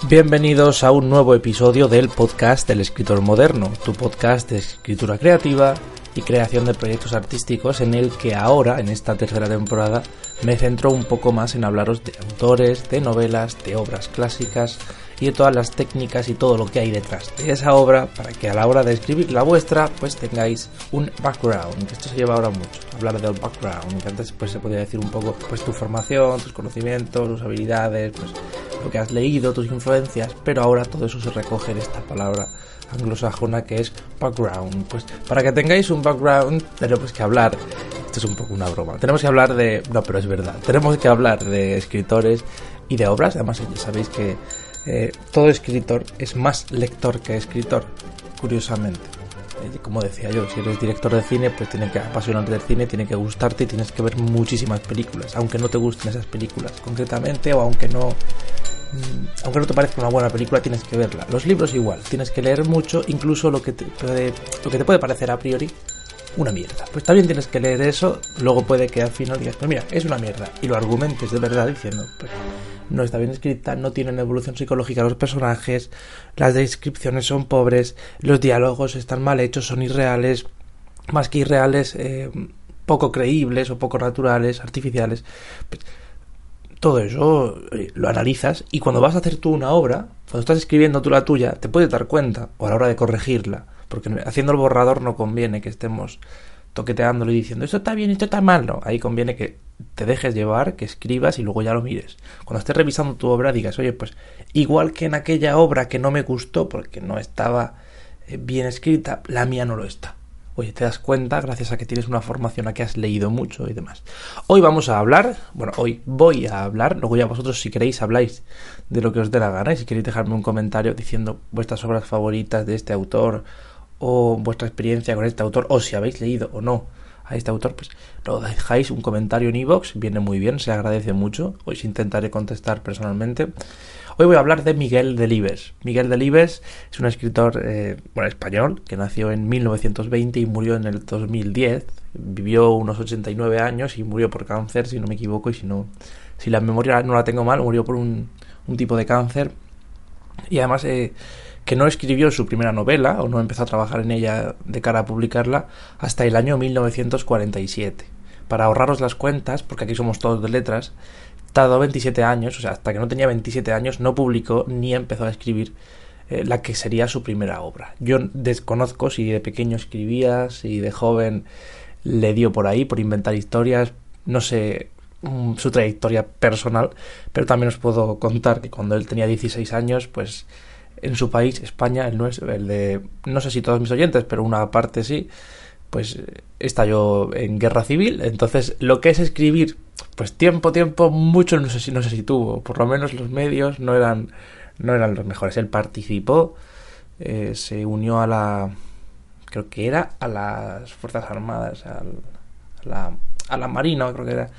Bienvenidos a un nuevo episodio del podcast del escritor moderno, tu podcast de escritura creativa y creación de proyectos artísticos, en el que ahora, en esta tercera temporada, me centro un poco más en hablaros de autores, de novelas, de obras clásicas y de todas las técnicas y todo lo que hay detrás de esa obra, para que a la hora de escribir la vuestra pues tengáis un background, que esto se lleva ahora mucho, hablar del background, que antes pues se podía decir un poco pues tu formación, tus conocimientos, tus habilidades, pues lo que has leído, tus influencias, pero ahora todo eso se recoge en esta palabra anglosajona que es background. Pues para que tengáis un background tenemos que hablar, esto es un poco una broma, tenemos que hablar de, no, pero es verdad, tenemos que hablar de escritores y de obras. Además ya sabéis que todo escritor es más lector que escritor, curiosamente. Como decía yo, si eres director de cine, pues tiene que apasionarte del cine, tiene que gustarte y tienes que ver muchísimas películas, aunque no te gusten esas películas concretamente, o aunque no te parezca una buena película, tienes que verla. Los libros igual, tienes que leer mucho, incluso lo que te puede parecer a priori una mierda. Pues también tienes que leer eso, luego puede que al final digas, pues mira, es una mierda, y lo argumentes de verdad diciendo, pues no está bien escrita, no tienen evolución psicológica los personajes, las descripciones son pobres, los diálogos están mal hechos, son irreales, más que irreales, poco creíbles o poco naturales, artificiales. Pues, todo eso lo analizas, y cuando vas a hacer tú una obra, cuando estás escribiendo tú la tuya, te puedes dar cuenta, o a la hora de corregirla, porque haciendo el borrador no conviene que estemos toqueteándolo y diciendo esto está bien, esto está mal, no. Ahí conviene que te dejes llevar, que escribas y luego ya lo mires. Cuando estés revisando tu obra digas, oye, pues igual que en aquella obra que no me gustó porque no estaba bien escrita, la mía no lo está. Oye, te das cuenta gracias a que tienes una formación, a que has leído mucho y demás. Hoy voy a hablar, luego ya vosotros si queréis habláis de lo que os dé la gana, y si queréis dejarme un comentario diciendo vuestras obras favoritas de este autor, o vuestra experiencia con este autor, o si habéis leído o no a este autor, pues lo dejáis un comentario en iVoox, viene muy bien, se agradece mucho. Hoy os intentaré contestar personalmente. Hoy voy a hablar de Miguel Delibes. Miguel Delibes es un escritor español que nació en 1920 y murió en el 2010. Vivió unos 89 años y murió por cáncer, si no me equivoco, y si la memoria no la tengo mal, murió por un tipo de cáncer. Y además que no escribió su primera novela, o no empezó a trabajar en ella de cara a publicarla, hasta el año 1947. Para ahorraros las cuentas, porque aquí somos todos de letras, tardó 27 años, o sea, hasta que no tenía 27 años no publicó ni empezó a escribir la que sería su primera obra. Yo desconozco si de pequeño escribía, si de joven le dio por ahí, por inventar historias, no sé su trayectoria personal, pero también os puedo contar que cuando él tenía 16 años, pues en su país, España, el de no sé si todos mis oyentes, pero una parte sí, pues estalló en guerra civil. Entonces lo que es escribir, pues tiempo mucho no sé si tuvo, por lo menos los medios no eran los mejores. Él participó, se unió creo que era a las Fuerzas Armadas, a la Marina, creo que era,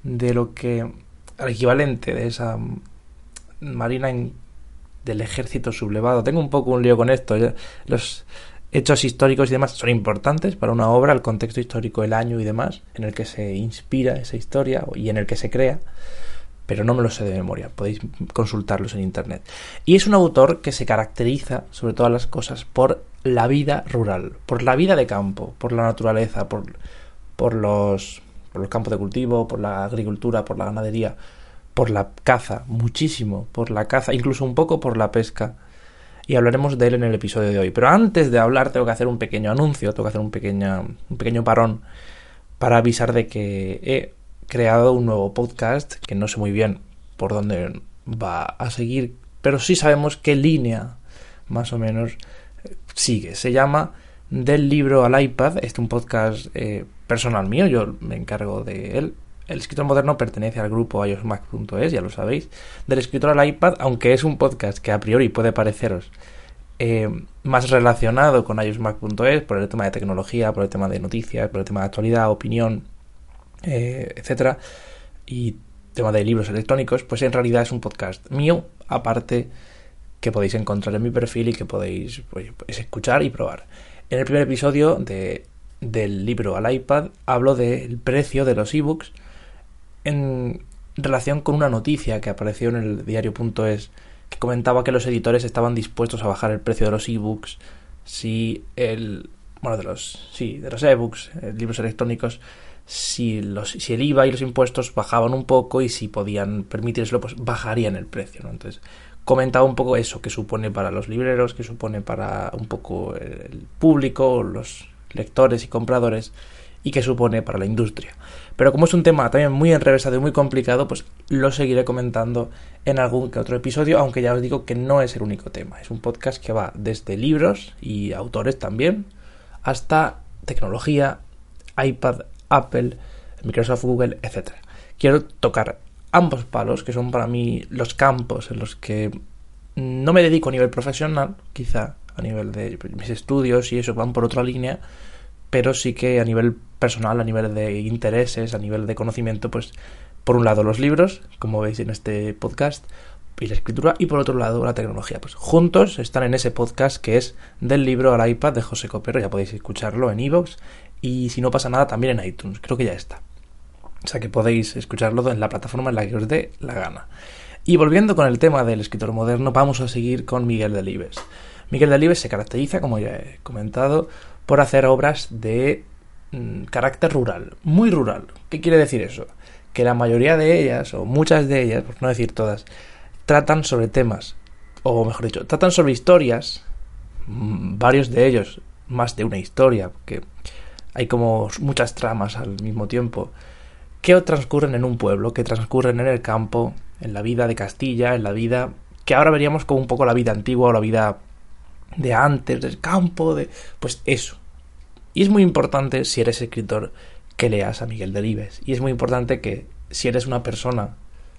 al equivalente de esa Marina del ejército sublevado. Tengo un poco un lío con esto. Los hechos históricos y demás son importantes para una obra, el contexto histórico, el año y demás en el que se inspira esa historia y en el que se crea, pero no me lo sé de memoria, podéis consultarlos en internet. Y es un autor que se caracteriza, sobre todas las cosas, por la vida rural, por la vida de campo, por la naturaleza, por los campos de cultivo, por la agricultura, por la ganadería, por la caza, muchísimo por la caza, incluso un poco por la pesca, y hablaremos de él en el episodio de hoy. Pero antes de hablar tengo que hacer un pequeño anuncio, tengo que hacer un pequeño parón para avisar de que he creado un nuevo podcast, que no sé muy bien por dónde va a seguir, pero sí sabemos qué línea más o menos sigue. Se llama Del libro al iPad. Este es un podcast personal mío, yo me encargo de él. El escritor moderno pertenece al grupo iosmac.es, ya lo sabéis. Del escritor al iPad, aunque es un podcast que a priori puede pareceros más relacionado con iosmac.es por el tema de tecnología, por el tema de noticias, por el tema de actualidad, opinión, etcétera, y tema de libros electrónicos, pues en realidad es un podcast mío, aparte, que podéis encontrar en mi perfil y que podéis pues escuchar y probar. En el primer episodio del libro al iPad hablo del precio de los ebooks en relación con una noticia que apareció en el diario.es que comentaba que los editores estaban dispuestos a bajar el precio de los ebooks si de los ebooks, libros electrónicos, si el IVA y los impuestos bajaban un poco, y si podían permitírselo, pues bajarían el precio, ¿no? Entonces comentaba un poco eso, que supone para los libreros, que supone para un poco el público, los lectores y compradores, y que supone para la industria. Pero como es un tema también muy enrevesado y muy complicado, pues lo seguiré comentando en algún que otro episodio, aunque ya os digo que no es el único tema. Es un podcast que va desde libros y autores también, hasta tecnología, iPad, Apple, Microsoft, Google, etc. Quiero tocar ambos palos, que son para mí los campos en los que no me dedico a nivel profesional, quizá a nivel de mis estudios y eso van por otra línea, pero sí que a nivel personal, a nivel de intereses, a nivel de conocimiento, pues por un lado los libros, como veis en este podcast, y la escritura, y por otro lado la tecnología. Pues juntos están en ese podcast que es Del libro al iPad de José Copero. Ya podéis escucharlo en iVoox, y si no pasa nada también en iTunes, creo que ya está. O sea que podéis escucharlo en la plataforma en la que os dé la gana. Y volviendo con el tema del escritor moderno, vamos a seguir con Miguel Delibes. Miguel Delibes se caracteriza, como ya he comentado, por hacer obras de carácter rural, muy rural. ¿Qué quiere decir eso? Que la mayoría de ellas, o muchas de ellas, por no decir todas, tratan sobre temas, o mejor dicho, tratan sobre historias, varios de ellos, más de una historia, que hay como muchas tramas al mismo tiempo, que transcurren en un pueblo, que transcurren en el campo, en la vida de Castilla, en la vida que ahora veríamos como un poco la vida antigua o la vida de antes, del campo, pues eso. Y es muy importante, si eres escritor, que leas a Miguel Delibes. Y es muy importante que, si eres una persona,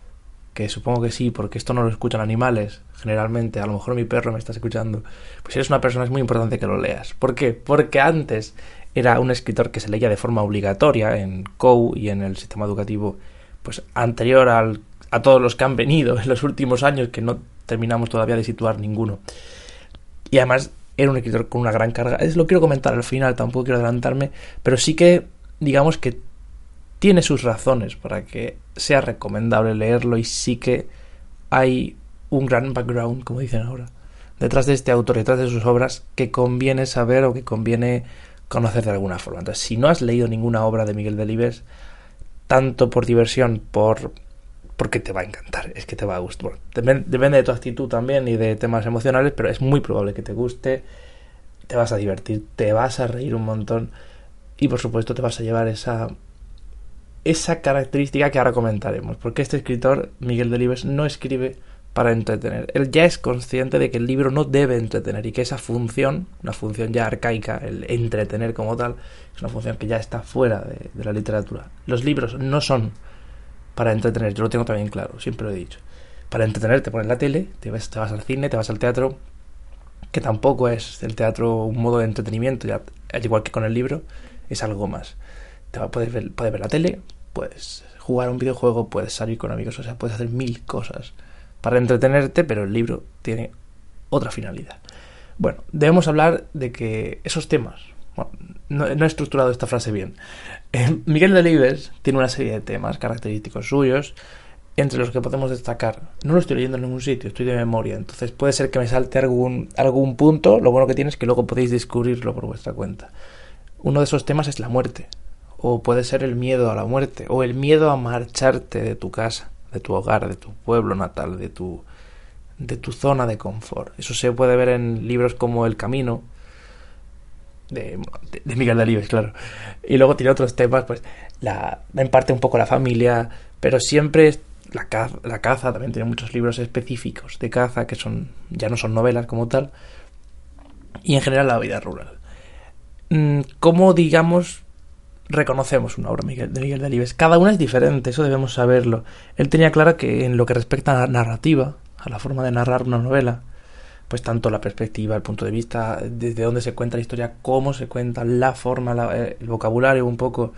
que supongo que sí, porque esto no lo escuchan animales, generalmente, a lo mejor mi perro me está escuchando, pues si eres una persona es muy importante que lo leas. ¿Por qué? Porque antes era un escritor que se leía de forma obligatoria en COU y en el sistema educativo pues anterior a todos los que han venido en los últimos años, que no terminamos todavía de situar ninguno. Y además era un escritor con una gran carga. Lo quiero comentar al final, tampoco quiero adelantarme, pero sí que, digamos que tiene sus razones para que sea recomendable leerlo, y sí que hay un gran background, como dicen ahora, detrás de este autor, detrás de sus obras, que conviene saber o que conviene conocer de alguna forma. Entonces, si no has leído ninguna obra de Miguel Delibes, tanto por diversión, porque te va a encantar, es que te va a gustar. Bueno, depende de tu actitud también y de temas emocionales, pero es muy probable que te guste, te vas a divertir, te vas a reír un montón, y por supuesto te vas a llevar esa característica que ahora comentaremos, porque este escritor, Miguel Delibes, no escribe para entretener. Él ya es consciente de que el libro no debe entretener, y que esa función, una función ya arcaica, el entretener como tal, es una función que ya está fuera de la literatura. Los libros no son para entretener, yo lo tengo también claro, siempre lo he dicho. Para entretener te pones la tele, te vas al cine, te vas al teatro, que tampoco es el teatro un modo de entretenimiento, ya, al igual que con el libro, es algo más. Puedes ver la tele, puedes jugar un videojuego, puedes salir con amigos, o sea, puedes hacer 1000 cosas para entretenerte, pero el libro tiene otra finalidad. Bueno, debemos hablar de que esos temas... Bueno, no he estructurado esta frase bien. Miguel Delibes tiene una serie de temas característicos suyos, entre los que podemos destacar. No lo estoy leyendo en ningún sitio, estoy de memoria, entonces puede ser que me salte algún punto. Lo bueno que tiene es que luego podéis descubrirlo por vuestra cuenta. Uno de esos temas es la muerte, o puede ser el miedo a la muerte, o el miedo a marcharte de tu casa, de tu hogar, de tu pueblo natal, de tu zona de confort. Eso se puede ver en libros como El Camino, de Miguel Delibes, claro. Y luego tiene otros temas, pues en parte un poco la familia, pero siempre la caza. También tiene muchos libros específicos de caza que ya no son novelas como tal, y en general la vida rural. ¿Cómo, digamos, reconocemos una obra de Miguel Delibes? Cada una es diferente, eso debemos saberlo. Él tenía claro que en lo que respecta a la narrativa, a la forma de narrar una novela, pues tanto la perspectiva, el punto de vista, desde dónde se cuenta la historia, cómo se cuenta, la forma, el vocabulario, un poco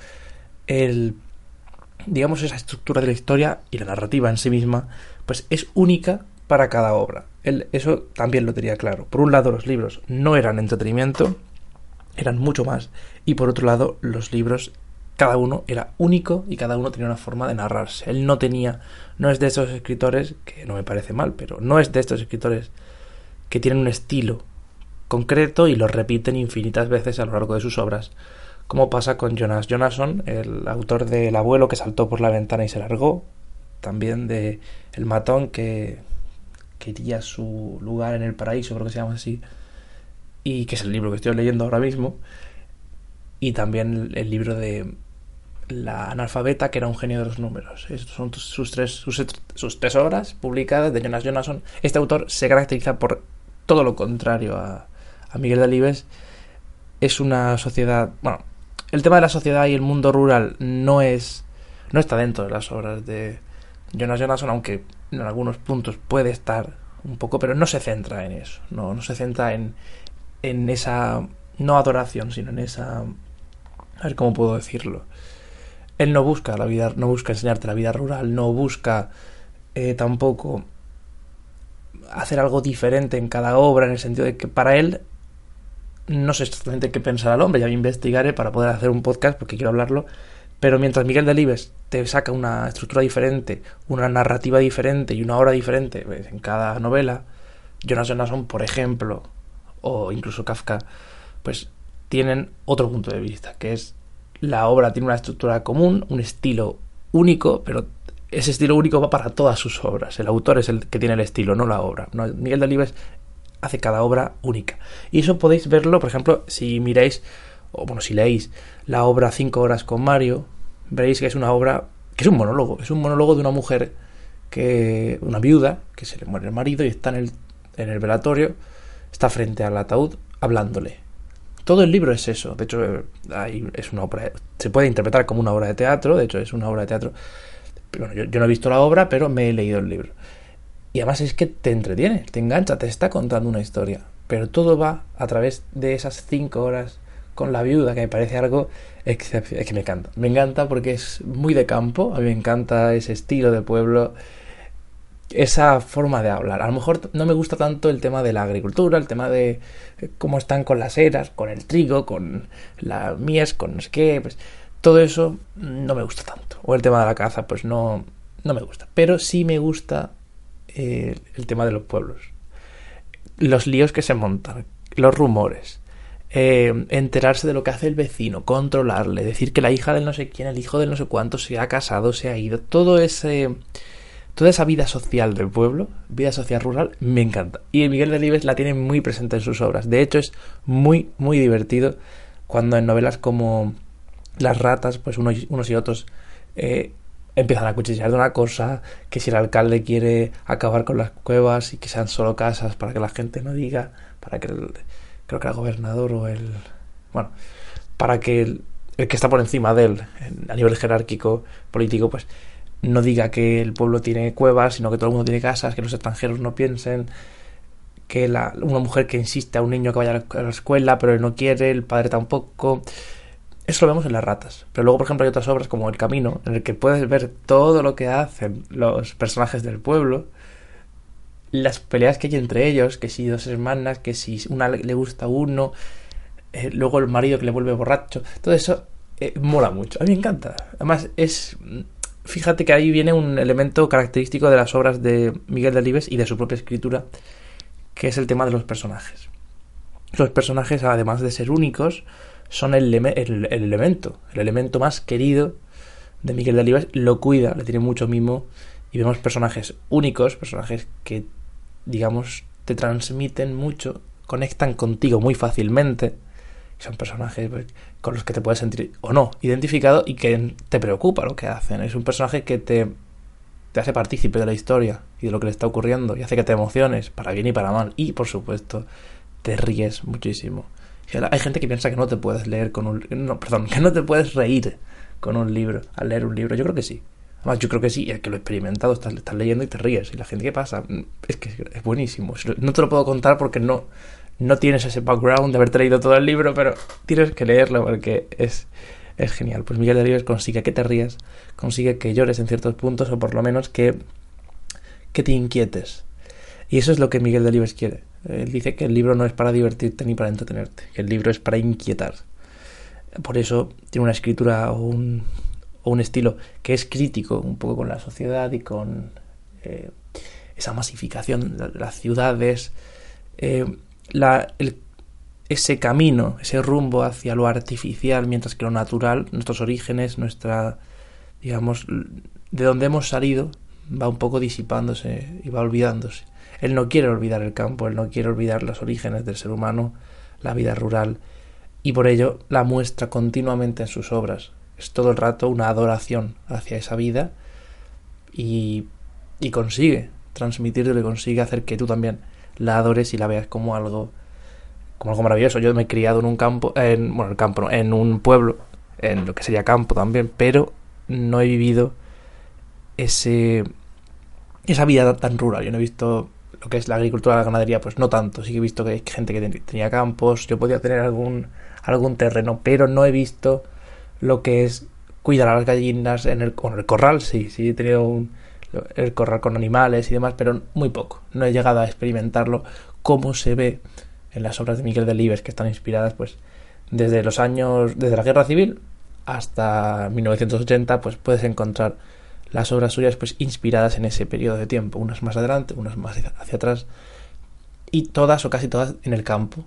digamos, esa estructura de la historia y la narrativa en sí misma, pues es única para cada obra. Él eso también lo tenía claro. Por un lado, los libros no eran entretenimiento, eran mucho más, y por otro lado, los libros cada uno era único y cada uno tenía una forma de narrarse. Él no es de esos escritores, que no me parece mal, pero no es de estos escritores que tienen un estilo concreto y lo repiten infinitas veces a lo largo de sus obras, como pasa con Jonas Jonasson, el autor de El abuelo que saltó por la ventana y se largó, también de El matón que quería su lugar en el paraíso, creo que se llama así, y que es el libro que estoy leyendo ahora mismo, y también el libro de La analfabeta, que era un genio de los números. Estas son sus tres obras publicadas de Jonas Jonasson. Este autor se caracteriza por todo lo contrario a Miguel Delibes. Es una sociedad... Bueno, el tema de la sociedad y el mundo rural no está dentro de las obras de Jonas Jonasson, aunque en algunos puntos puede estar un poco, pero no se centra en eso. No se centra en esa... no adoración, sino en esa... A ver cómo puedo decirlo. Él no busca enseñarte la vida rural, no busca tampoco hacer algo diferente en cada obra, en el sentido de que para él no sé exactamente qué pensará el hombre, ya me investigaré para poder hacer un podcast porque quiero hablarlo, pero mientras Miguel Delibes te saca una estructura diferente, una narrativa diferente y una obra diferente en cada novela, Jonas Jonasson, por ejemplo, o incluso Kafka, pues tienen otro punto de vista, que es la obra tiene una estructura común, un estilo único, pero ese estilo único va para todas sus obras. El autor es el que tiene el estilo, no la obra. No, Miguel Delibes hace cada obra única. Y eso podéis verlo, por ejemplo, si miráis, o bueno, si leéis la obra 5 horas con Mario, veréis que es una obra, que es un monólogo de una mujer, una viuda, que se le muere el marido y está en el velatorio, está frente al ataúd hablándole. Todo el libro es eso. De hecho, es una obra, se puede interpretar como una obra de teatro. De hecho, es una obra de teatro. Bueno, yo no he visto la obra, pero me he leído el libro. Y además es que te entretiene, te engancha, te está contando una historia. Pero todo va a través de esas 5 horas con la viuda, que me parece algo excepcional. Es que me encanta. Me encanta porque es muy de campo. A mí me encanta ese estilo de pueblo, esa forma de hablar. A lo mejor no me gusta tanto el tema de la agricultura, el tema de cómo están con las eras, con el trigo, con la mies, con no sé qué, pues todo eso no me gusta tanto. O el tema de la caza, pues no me gusta. Pero sí me gusta el tema de los pueblos, los líos que se montan, los rumores, enterarse de lo que hace el vecino, controlarle, decir que la hija del no sé quién, el hijo del no sé cuánto se ha casado, se ha ido, toda esa vida social del pueblo, vida social rural, me encanta. Y Miguel Delibes la tiene muy presente en sus obras. De hecho, es muy, muy divertido cuando en novelas como Las ratas, pues unos y otros empiezan a cuchillar de una cosa, que si el alcalde quiere acabar con las cuevas y que sean solo casas para que la gente no diga, para que creo que el gobernador o para que el que está por encima de él, a nivel jerárquico político, pues no diga que el pueblo tiene cuevas, sino que todo el mundo tiene casas, que los extranjeros no piensen, que una mujer que insiste a un niño que vaya a la escuela, pero él no quiere, el padre tampoco. Eso lo vemos en Las ratas. Pero luego, por ejemplo, hay otras obras como El camino, en el que puedes ver todo lo que hacen los personajes del pueblo, las peleas que hay entre ellos, que si dos hermanas, que si una le gusta a uno, luego el marido que le vuelve borracho, todo eso mola mucho. A mí me encanta. Además, fíjate que ahí viene un elemento característico de las obras de Miguel Delibes y de su propia escritura, que es el tema de los personajes. Los personajes, además de ser únicos, son el elemento más querido de Miguel Delibes. Lo cuida, le tiene mucho mimo, y vemos personajes únicos, personajes que, digamos, te transmiten mucho, conectan contigo muy fácilmente. Son personajes con los que te puedes sentir o no identificado y que te preocupa lo que hacen. Es un personaje que te hace partícipe de la historia y de lo que le está ocurriendo y hace que te emociones, para bien y para mal. Y, por supuesto, te ríes muchísimo. Hay gente que piensa que no te puedes leer que no te puedes reír con un libro, al leer un libro. Yo creo que sí. Además, yo creo que sí, el que lo he experimentado, estás leyendo y te ríes. Y la gente, ¿qué pasa? Es que es buenísimo. No te lo puedo contar porque no tienes ese background de haberte leído todo el libro, pero tienes que leerlo porque es genial. Pues Miguel Delibes consigue que te rías, consigue que llores en ciertos puntos, o por lo menos que te inquietes. Y eso es lo que Miguel Delibes quiere. Él dice que el libro no es para divertirte ni para entretenerte, que el libro es para inquietar. Por eso tiene una escritura o un estilo que es crítico un poco con la sociedad y con esa masificación de las ciudades, ese camino, ese rumbo hacia lo artificial, mientras que lo natural, nuestros orígenes, digamos, de donde hemos salido, va un poco disipándose y va olvidándose. Él no quiere olvidar el campo, él no quiere olvidar los orígenes del ser humano, la vida rural, y por ello la muestra continuamente en sus obras. Es todo el rato una adoración hacia esa vida y consigue transmitirlo y consigue hacer que tú también la adores y la veas como algo maravilloso. Yo me he criado en un campo, en un pueblo, en lo que sería campo también, pero no he vivido esa vida tan rural. Yo no he visto lo que es la agricultura, la ganadería, pues no tanto. Sí que he visto que hay gente que tenía campos, yo podía tener algún terreno, pero no he visto lo que es cuidar a las gallinas en el corral. Sí he tenido el corral con animales y demás, pero muy poco. No he llegado a experimentarlo como se ve en las obras de Miquel Delibes, que están inspiradas pues desde la Guerra Civil hasta 1980, pues puedes encontrar las obras suyas pues inspiradas en ese periodo de tiempo, unas más adelante, unas más hacia atrás, y todas o casi todas en el campo.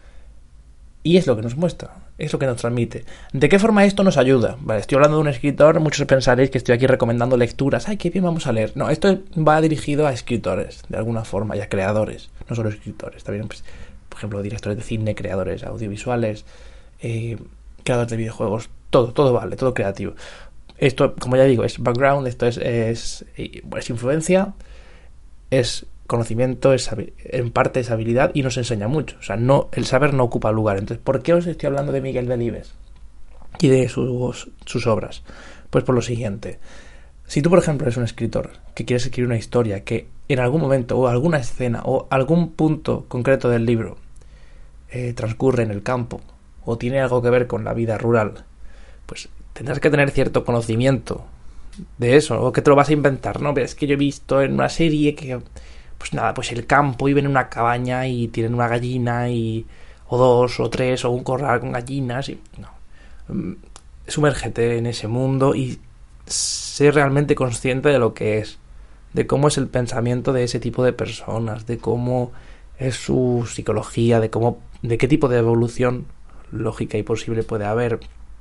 Y es lo que nos muestra, es lo que nos transmite. ¿De qué forma esto nos ayuda? Vale, estoy hablando de un escritor, muchos pensaréis que estoy aquí recomendando lecturas. ¡Ay, qué bien vamos a leer! No, esto va dirigido a escritores, de alguna forma, y a creadores, no solo escritores. También, pues, por ejemplo, directores de cine, creadores audiovisuales, creadores de videojuegos, todo vale, todo creativo. Esto, como ya digo, es background, esto es influencia, es conocimiento, en parte es habilidad y nos enseña mucho. O sea, el saber no ocupa lugar. Entonces, ¿por qué os estoy hablando de Miquel Delibes y de sus obras? Pues por lo siguiente. Si tú, por ejemplo, eres un escritor que quieres escribir una historia que en algún momento o alguna escena o algún punto concreto del libro transcurre en el campo o tiene algo que ver con la vida rural, pues tendrás que tener cierto conocimiento de eso, o que te lo vas a inventar, ¿no? Pero es que yo he visto en una serie que, pues nada, pues el campo, viven en una cabaña y tienen una gallina o dos o tres o un corral con gallinas y no. Sumérgete en ese mundo y sé realmente consciente de lo que es, de cómo es el pensamiento de ese tipo de personas, de cómo es su psicología, de qué tipo de evolución lógica y posible puede haber,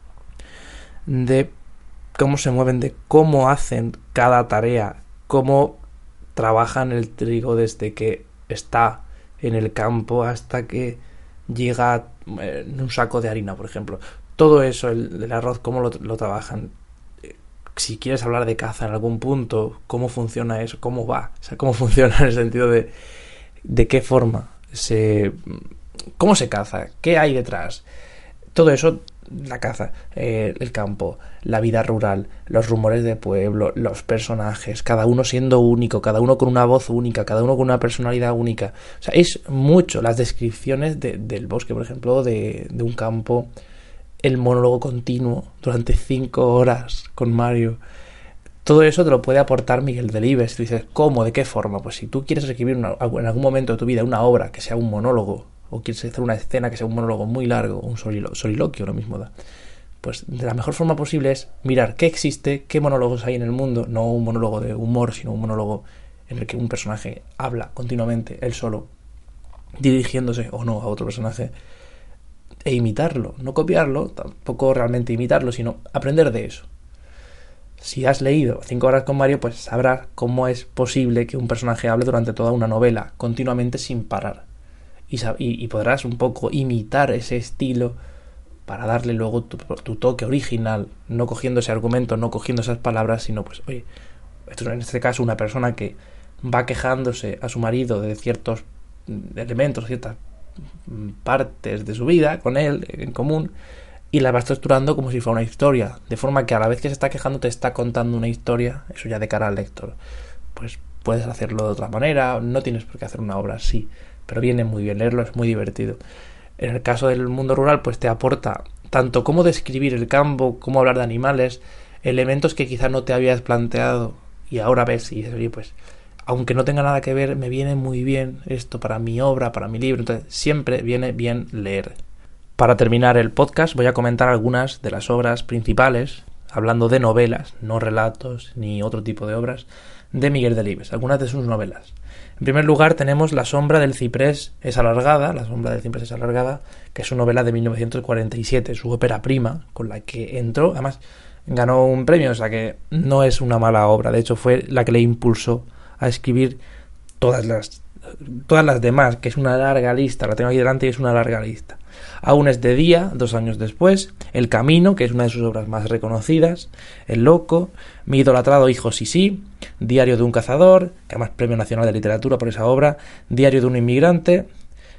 de cómo se mueven, de cómo hacen cada tarea, cómo trabajan el trigo desde que está en el campo hasta que llega en un saco de harina, por ejemplo. Todo eso, el arroz, cómo lo trabajan. Si quieres hablar de caza en algún punto, cómo funciona eso, cómo va, o sea, cómo funciona en el sentido de qué forma cómo se caza, qué hay detrás. Todo eso, la caza, el campo, la vida rural, los rumores de pueblo, los personajes, cada uno siendo único, cada uno con una voz única, cada uno con una personalidad única. O sea, es mucho las descripciones del bosque, por ejemplo, de un campo, el monólogo continuo durante 5 horas con Mario. Todo eso te lo puede aportar Miquel Delibes. Tú dices, ¿cómo? ¿De qué forma? Pues si tú quieres escribir en algún momento de tu vida una obra que sea un monólogo, o quieres hacer una escena que sea un monólogo muy largo, un soliloquio, lo mismo da, pues de la mejor forma posible es mirar qué existe, qué monólogos hay en el mundo, no un monólogo de humor, sino un monólogo en el que un personaje habla continuamente, él solo, dirigiéndose o no a otro personaje, e imitarlo, no copiarlo, tampoco realmente imitarlo, sino aprender de eso. Si has leído 5 horas con Mario, pues sabrás cómo es posible que un personaje hable durante toda una novela, continuamente sin parar. Y podrás un poco imitar ese estilo para darle luego tu toque original, no cogiendo ese argumento, no cogiendo esas palabras, sino pues, oye, esto en este caso una persona que va quejándose a su marido de ciertos elementos, ciertas partes de su vida con él en común, y la va estructurando como si fuera una historia, de forma que a la vez que se está quejando te está contando una historia, eso ya de cara al lector. Pues puedes hacerlo de otra manera, no tienes por qué hacer una obra así, pero viene muy bien leerlo, es muy divertido. En el caso del mundo rural, pues te aporta tanto cómo describir el campo, cómo hablar de animales, elementos que quizá no te habías planteado y ahora ves y dices, oye, pues aunque no tenga nada que ver, me viene muy bien esto para mi obra, para mi libro. Entonces siempre viene bien leer. Para terminar el podcast voy a comentar algunas de las obras principales, hablando de novelas, no relatos ni otro tipo de obras, de Miguel Delibes, algunas de sus novelas. En primer lugar tenemos La sombra del ciprés es alargada, que es una novela de 1947, su ópera prima, con la que entró, además ganó un premio, o sea que no es una mala obra, de hecho fue la que le impulsó a escribir todas las demás, que es una larga lista, la tengo aquí delante y es una larga lista. Aún es de día, 2 años después, El camino, que es una de sus obras más reconocidas, El loco, Mi idolatrado hijo Sisí, Diario de un cazador, que además Premio Nacional de Literatura por esa obra, Diario de un emigrante,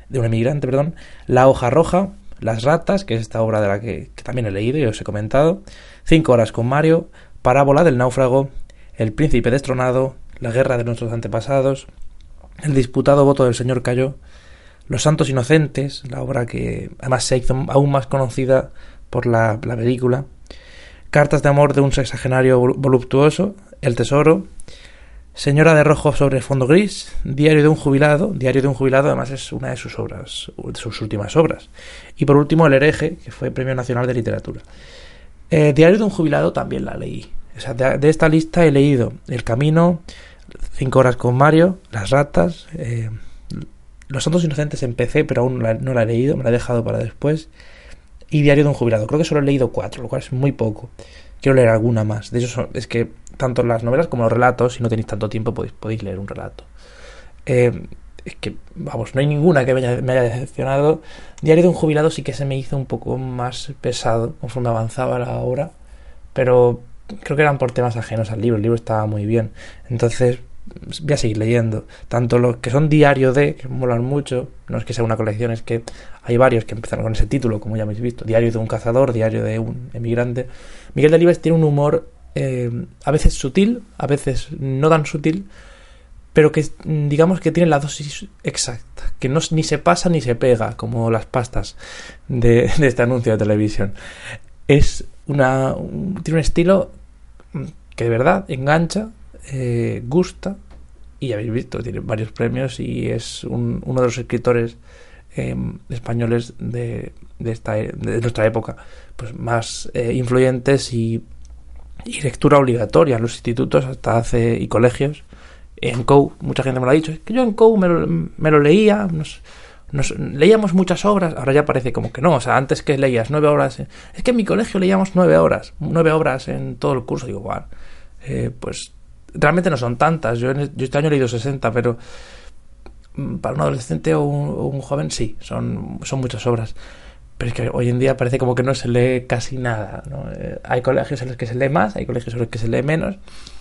La hoja roja, Las ratas, que es esta obra de la que también he leído y os he comentado, 5 horas con Mario, Parábola del náufrago, El príncipe destronado, La guerra de nuestros antepasados, El disputado voto del señor Cayó, Los santos inocentes, la obra que además se hizo aún más conocida por la película, Cartas de amor de un sexagenario voluptuoso, El tesoro, Señora de rojo sobre fondo gris, Diario de un jubilado además es una de sus obras, de sus últimas obras, y por último El hereje, que fue Premio Nacional de Literatura. Diario de un jubilado también la leí, o sea, de esta lista he leído El camino, 5 horas con Mario, Las ratas, Los santos inocentes empecé, pero aún no la he leído, me la he dejado para después, y Diario de un jubilado. Creo que solo he leído 4, lo cual es muy poco. Quiero leer alguna más. De hecho, es que tanto las novelas como los relatos, si no tenéis tanto tiempo, podéis leer un relato. Es que, vamos, no hay ninguna que me haya decepcionado. Diario de un jubilado sí que se me hizo un poco más pesado conforme avanzaba la obra, pero creo que eran por temas ajenos al libro. El libro estaba muy bien. Entonces voy a seguir leyendo. Tanto los que son diario de, que molan mucho, no es que sea una colección, es que hay varios que empezaron con ese título, como ya habéis visto. Diario de un cazador, Diario de un emigrante. Miguel Delibes tiene un humor a veces sutil, a veces no tan sutil, pero que digamos que tiene la dosis exacta, que no ni se pasa ni se pega, como las pastas de este anuncio de televisión. Tiene un estilo que de verdad engancha, gusta, y ya habéis visto, tiene varios premios y es uno de los escritores españoles de nuestra época, pues más influyentes y lectura obligatoria en los institutos y colegios. En COU, mucha gente me lo ha dicho, es que yo en COU me lo leía, leíamos muchas obras, ahora ya parece como que no, o sea, antes que leías 9 horas, es que en mi colegio leíamos 9 obras en todo el curso, digo, bueno, pues realmente no son tantas, yo este año he leído 60, pero para un adolescente o un joven sí, son muchas obras. Pero es que hoy en día parece como que no se lee casi nada, ¿no? Hay colegios en los que se lee más, hay colegios en los que se lee menos,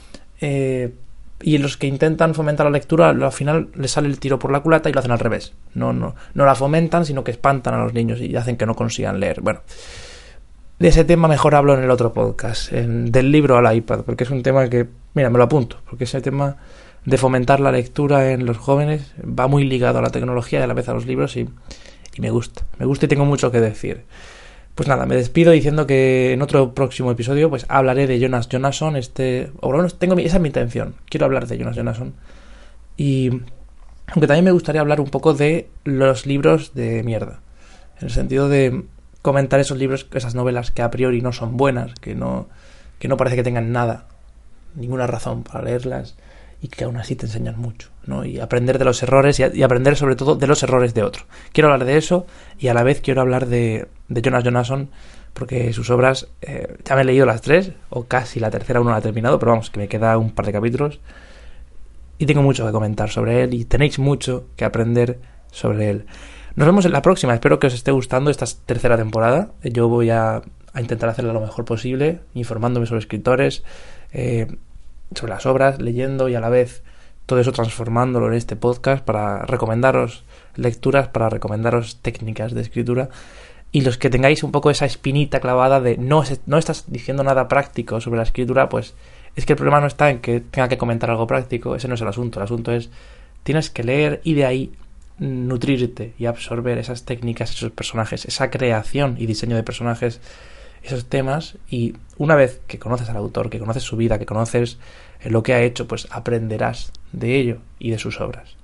y en los que intentan fomentar la lectura, al final les sale el tiro por la culata y lo hacen al revés. No la fomentan, sino que espantan a los niños y hacen que no consigan leer. Bueno, de ese tema mejor hablo en el otro podcast, del libro al iPad, porque es un tema que, mira, me lo apunto, porque ese tema de fomentar la lectura en los jóvenes va muy ligado a la tecnología y a la vez a los libros y me gusta y tengo mucho que decir. Pues nada, me despido diciendo que en otro próximo episodio pues hablaré de Jonas Jonasson, esa es mi intención, quiero hablar de Jonas Jonasson, y aunque también me gustaría hablar un poco de los libros de mierda, en el sentido de comentar esos libros, esas novelas que a priori no son buenas, que no parece que tengan ninguna razón para leerlas, y que aún así te enseñan mucho, ¿no? Y aprender de los errores y aprender sobre todo de los errores de otro. Quiero hablar de eso y a la vez quiero hablar de Jonas Jonasson, porque sus obras, ya me he leído las 3, o casi la tercera aún no la he terminado, pero vamos, que me queda un par de capítulos y tengo mucho que comentar sobre él y tenéis mucho que aprender sobre él. Nos vemos en la próxima, espero que os esté gustando esta tercera temporada. Yo voy a intentar hacerla lo mejor posible, informándome sobre escritores, sobre las obras, leyendo y a la vez todo eso transformándolo en este podcast para recomendaros lecturas, para recomendaros técnicas de escritura, y los que tengáis un poco esa espinita clavada de no estás diciendo nada práctico sobre la escritura, pues es que el problema no está en que tenga que comentar algo práctico, ese no es el asunto es tienes que leer y de ahí nutrirte y absorber esas técnicas, esos personajes, esa creación y diseño de personajes, esos temas, y una vez que conoces al autor, que conoces su vida, que conoces lo que ha hecho, pues aprenderás de ello y de sus obras.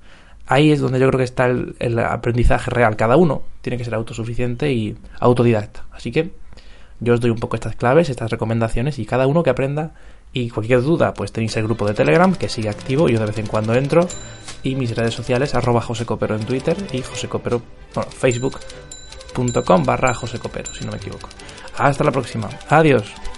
ahí es donde yo creo que está el aprendizaje real. Cada uno tiene que ser autosuficiente y autodidacta. Así que yo os doy un poco estas claves, estas recomendaciones, y cada uno que aprenda. Y cualquier duda, pues tenéis el grupo de Telegram, que sigue activo, yo de vez en cuando entro, y mis redes sociales, @josecopero en Twitter y josecopero, facebook.com/josecopero, si no me equivoco. Hasta la próxima. Adiós.